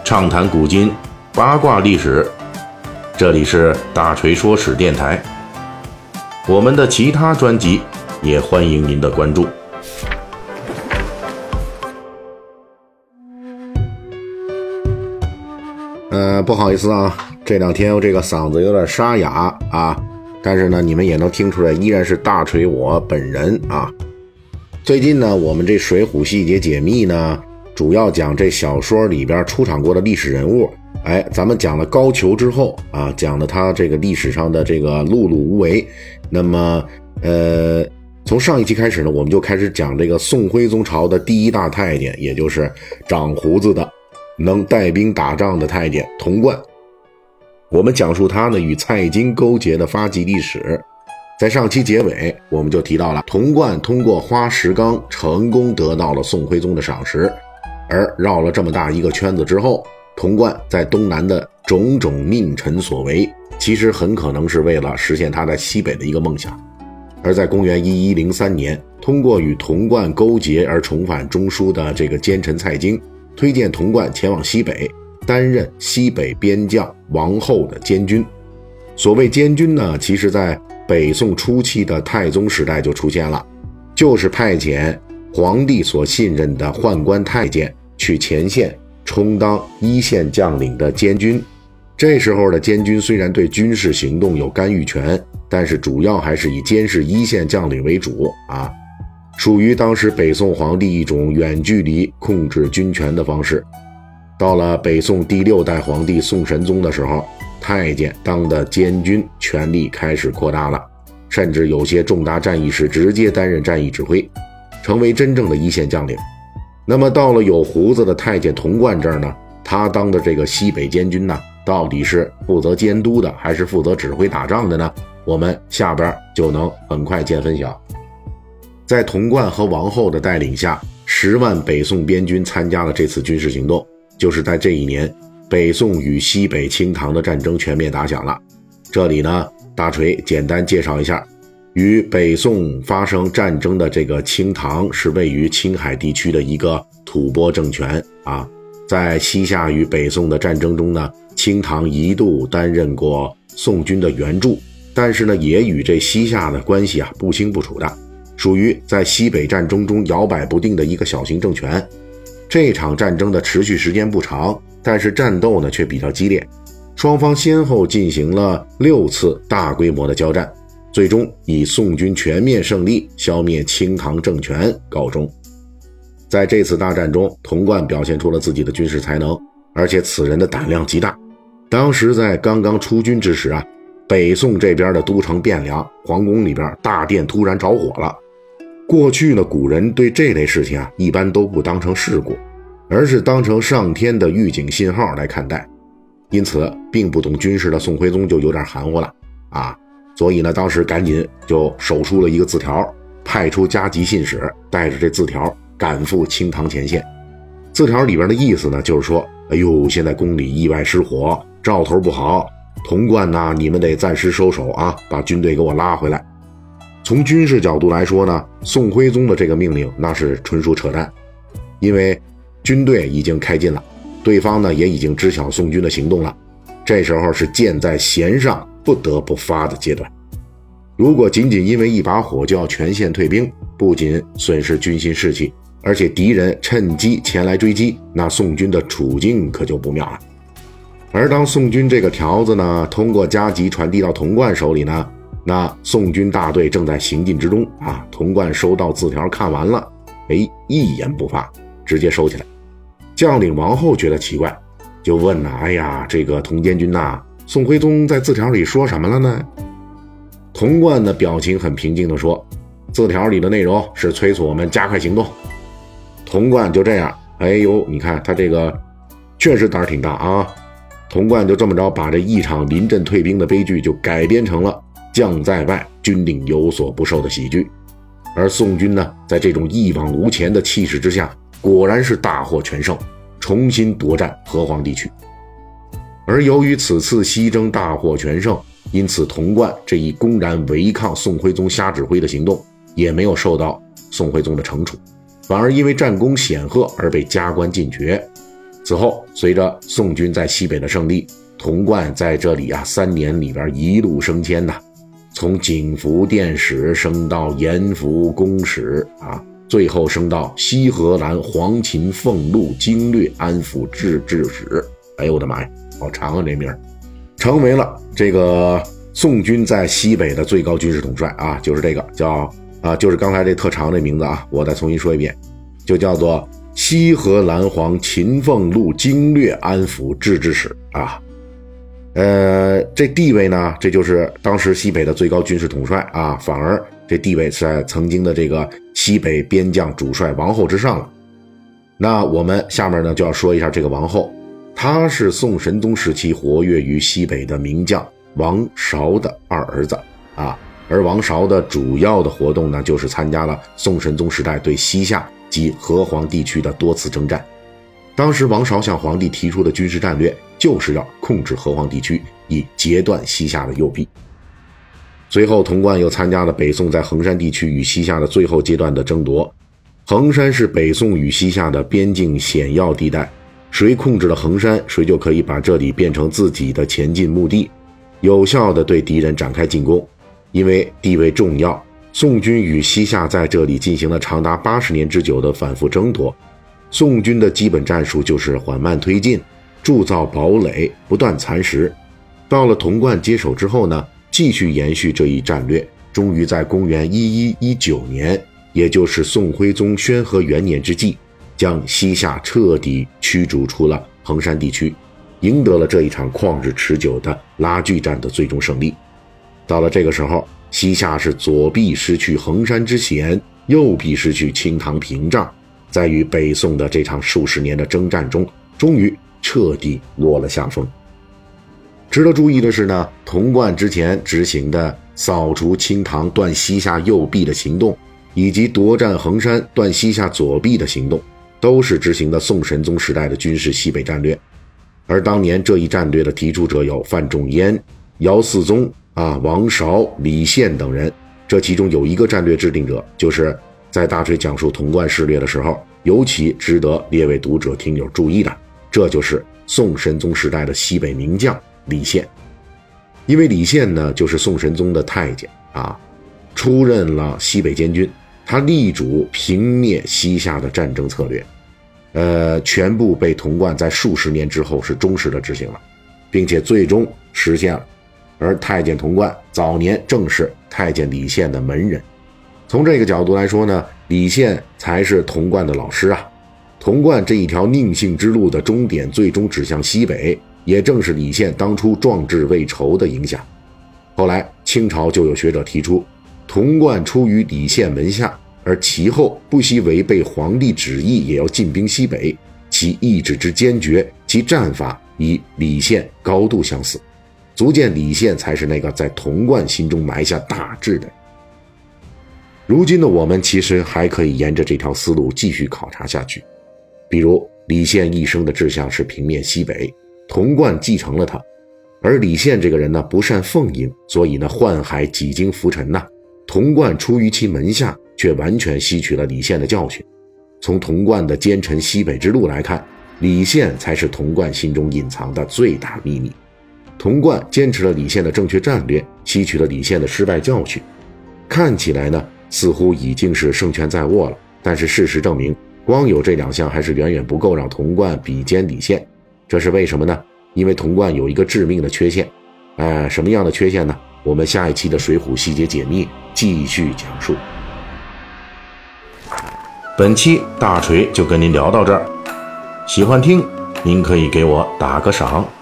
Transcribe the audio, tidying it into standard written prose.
畅谈古今，八卦历史。这里是大锤说史电台。我们的其他专辑也欢迎您的关注。 不好意思啊，这两天我这个嗓子有点沙哑啊，但是呢，你们也能听出来，依然是大锤我本人啊。最近呢，我们这《水浒细节解密》呢，主要讲这小说里边出场过的历史人物。咱们讲了高俅之后啊，讲了他这个历史上的这个碌碌无为。那么从上一期开始呢，我们就开始讲这个宋徽宗朝的第一大太监，也就是长胡子的能带兵打仗的太监童贯。我们讲述他呢与蔡京勾结的发迹历史。在上期结尾我们就提到了童贯通过花石纲成功得到了宋徽宗的赏识，而绕了这么大一个圈子之后，童贯在东南的种种佞臣所为，其实很可能是为了实现他在西北的一个梦想。而在公元1103年，通过与童贯勾结而重返中枢的这个奸臣蔡京，推荐童贯前往西北，担任西北边将王后的监军。所谓监军呢，其实在北宋初期的太宗时代就出现了，就是派遣皇帝所信任的宦官太监去前线充当一线将领的监军。这时候的监军虽然对军事行动有干预权，但是主要还是以监视一线将领为主啊，属于当时北宋皇帝一种远距离控制军权的方式。到了北宋第6代皇帝宋神宗的时候，太监当的监军权力开始扩大了，甚至有些重大战役时直接担任战役指挥，成为真正的一线将领。那么到了有胡子的太监童贯这儿呢，他当的这个西北监军呢，到底是负责监督的还是负责指挥打仗的呢？我们下边就能很快见分晓。在童贯和王后的带领下，10万北宋边军参加了这次军事行动。就是在这一年，北宋与西北清唐的战争全面打响了。这里呢，大锤简单介绍一下，与北宋发生战争的这个清唐是位于青海地区的一个吐蕃政权啊。在西夏与北宋的战争中呢，清唐一度担任过宋军的援助，但是呢，也与这西夏的关系不清不楚的，属于在西北战争中摇摆不定的一个小型政权。这场战争的持续时间不长，但是战斗呢却比较激烈，双方先后进行了6次大规模的交战，最终以宋军全面胜利消灭清唐政权告终。在这次大战中，童贯表现出了自己的军事才能，而且此人的胆量极大。当时在刚刚出军之时北宋这边的都城汴梁皇宫里边大殿突然着火了。过去呢，古人对这类事情一般都不当成事故，而是当成上天的预警信号来看待。因此并不懂军事的宋徽宗就有点含糊了所以呢，当时赶紧就手出了一个字条，派出加急信使带着这字条赶赴清唐前线。字条里边的意思呢，就是说现在宫里意外失火，兆头不好，童贯你们得暂时收手把军队给我拉回来。从军事角度来说呢，宋徽宗的这个命令那是纯属扯淡，因为军队已经开进了，对方呢也已经知晓宋军的行动了，这时候是箭在弦上不得不发的阶段。如果仅仅因为一把火就要全线退兵，不仅损失军心士气，而且敌人趁机前来追击，那宋军的处境可就不妙了。而当宋军这个条子呢通过加急传递到童贯手里呢，那宋军大队正在行进之中童贯收到字条看完了，一言不发，直接收起来。将领王后觉得奇怪，就问这个童监军宋徽宗在字条里说什么了呢？童贯的表情很平静地说，字条里的内容是催促我们加快行动。童贯就这样，你看他这个确实胆儿挺大童贯就这么着把这一场临阵退兵的悲剧就改编成了将在外，军令有所不受的喜剧。而宋军呢，在这种一往无前的气势之下，果然是大获全胜，重新夺占河湟地区。而由于此次西征大获全胜，因此童贯这一公然违抗宋徽宗瞎指挥的行动也没有受到宋徽宗的惩处，反而因为战功显赫而被加官进爵。 此后，随着宋军在西北的胜利，童贯在这里3年里边一路升迁从景福殿使升到盐福公使最后升到西河兰黄秦俸禄经略安抚制使。哎呦我的妈呀，好长这名，成为了这个宋军在西北的最高军事统帅就是这个叫就是刚才这特长这名字我再重新说一遍，就叫做西河兰黄秦俸禄经略安抚制使这地位呢，这就是当时西北的最高军事统帅反而这地位是在曾经的这个西北边将主帅王后之上了。那我们下面呢就要说一下这个王后，她是宋神宗时期活跃于西北的名将王韶的二儿子而王韶的主要的活动呢，就是参加了宋神宗时代对西夏及河湟地区的多次征战。当时王韶向皇帝提出的军事战略就是要控制河湟地区，以截断西夏的右臂。随后童贯又参加了北宋在衡山地区与西夏的最后阶段的争夺。衡山是北宋与西夏的边境险要地带，谁控制了衡山，谁就可以把这里变成自己的前进目的，有效地对敌人展开进攻。因为地位重要，宋军与西夏在这里进行了长达80年之久的反复争夺。宋军的基本战术就是缓慢推进，铸造堡垒，不断蚕食。到了童贯接手之后呢，继续延续这一战略，终于在公元1119年，也就是宋徽宗宣和元年之际，将西夏彻底驱逐出了衡山地区，赢得了这一场旷日持久的拉锯战的最终胜利。到了这个时候，西夏是左臂失去衡山之险，右臂失去清塘屏障，在与北宋的这场数十年的征战中，终于彻底落了下风。值得注意的是呢，童贯之前执行的扫除清塘断西夏右臂的行动，以及夺占衡山断西夏左臂的行动，都是执行的宋神宗时代的军事西北战略。而当年这一战略的提出者有范仲淹、姚嗣宗王韶、李宪等人。这其中有一个战略制定者，就是在大锤讲述童贯事略的时候尤其值得列位读者听友注意的，这就是宋神宗时代的西北名将李宪。因为李宪呢就是宋神宗的太监出任了西北监军，他力主平灭西夏的战争策略，全部被童贯在数十年之后是忠实的执行了，并且最终实现了。而太监童贯早年正是太监李宪的门人，从这个角度来说呢，李宪才是童贯的老师童贯这一条佞幸之路的终点最终指向西北，也正是李宪当初壮志未酬的影响。后来清朝就有学者提出，童贯出于李宪门下，而其后不惜违背皇帝旨意也要进兵西北，其意志之坚决，其战法与李宪高度相似，足见李宪才是那个在童贯心中埋下大志的人。如今的我们其实还可以沿着这条思路继续考察下去，比如李宪一生的志向是平面西北，童贯继承了他，而李宪这个人呢不善奉迎，所以呢宦海几经浮沉童贯出于其门下，却完全吸取了李宪的教训。从童贯的奸臣西北之路来看，李宪才是童贯心中隐藏的最大秘密。童贯坚持了李宪的正确战略，吸取了李宪的失败教训，看起来呢似乎已经是胜券在握了，但是事实证明，光有这2项还是远远不够让童贯比肩李宪。这是为什么呢？因为童贯有一个致命的缺陷。什么样的缺陷呢？我们下一期的水浒细节解密继续讲述。 本期大锤就跟您聊到这儿，喜欢听您可以给我打个赏。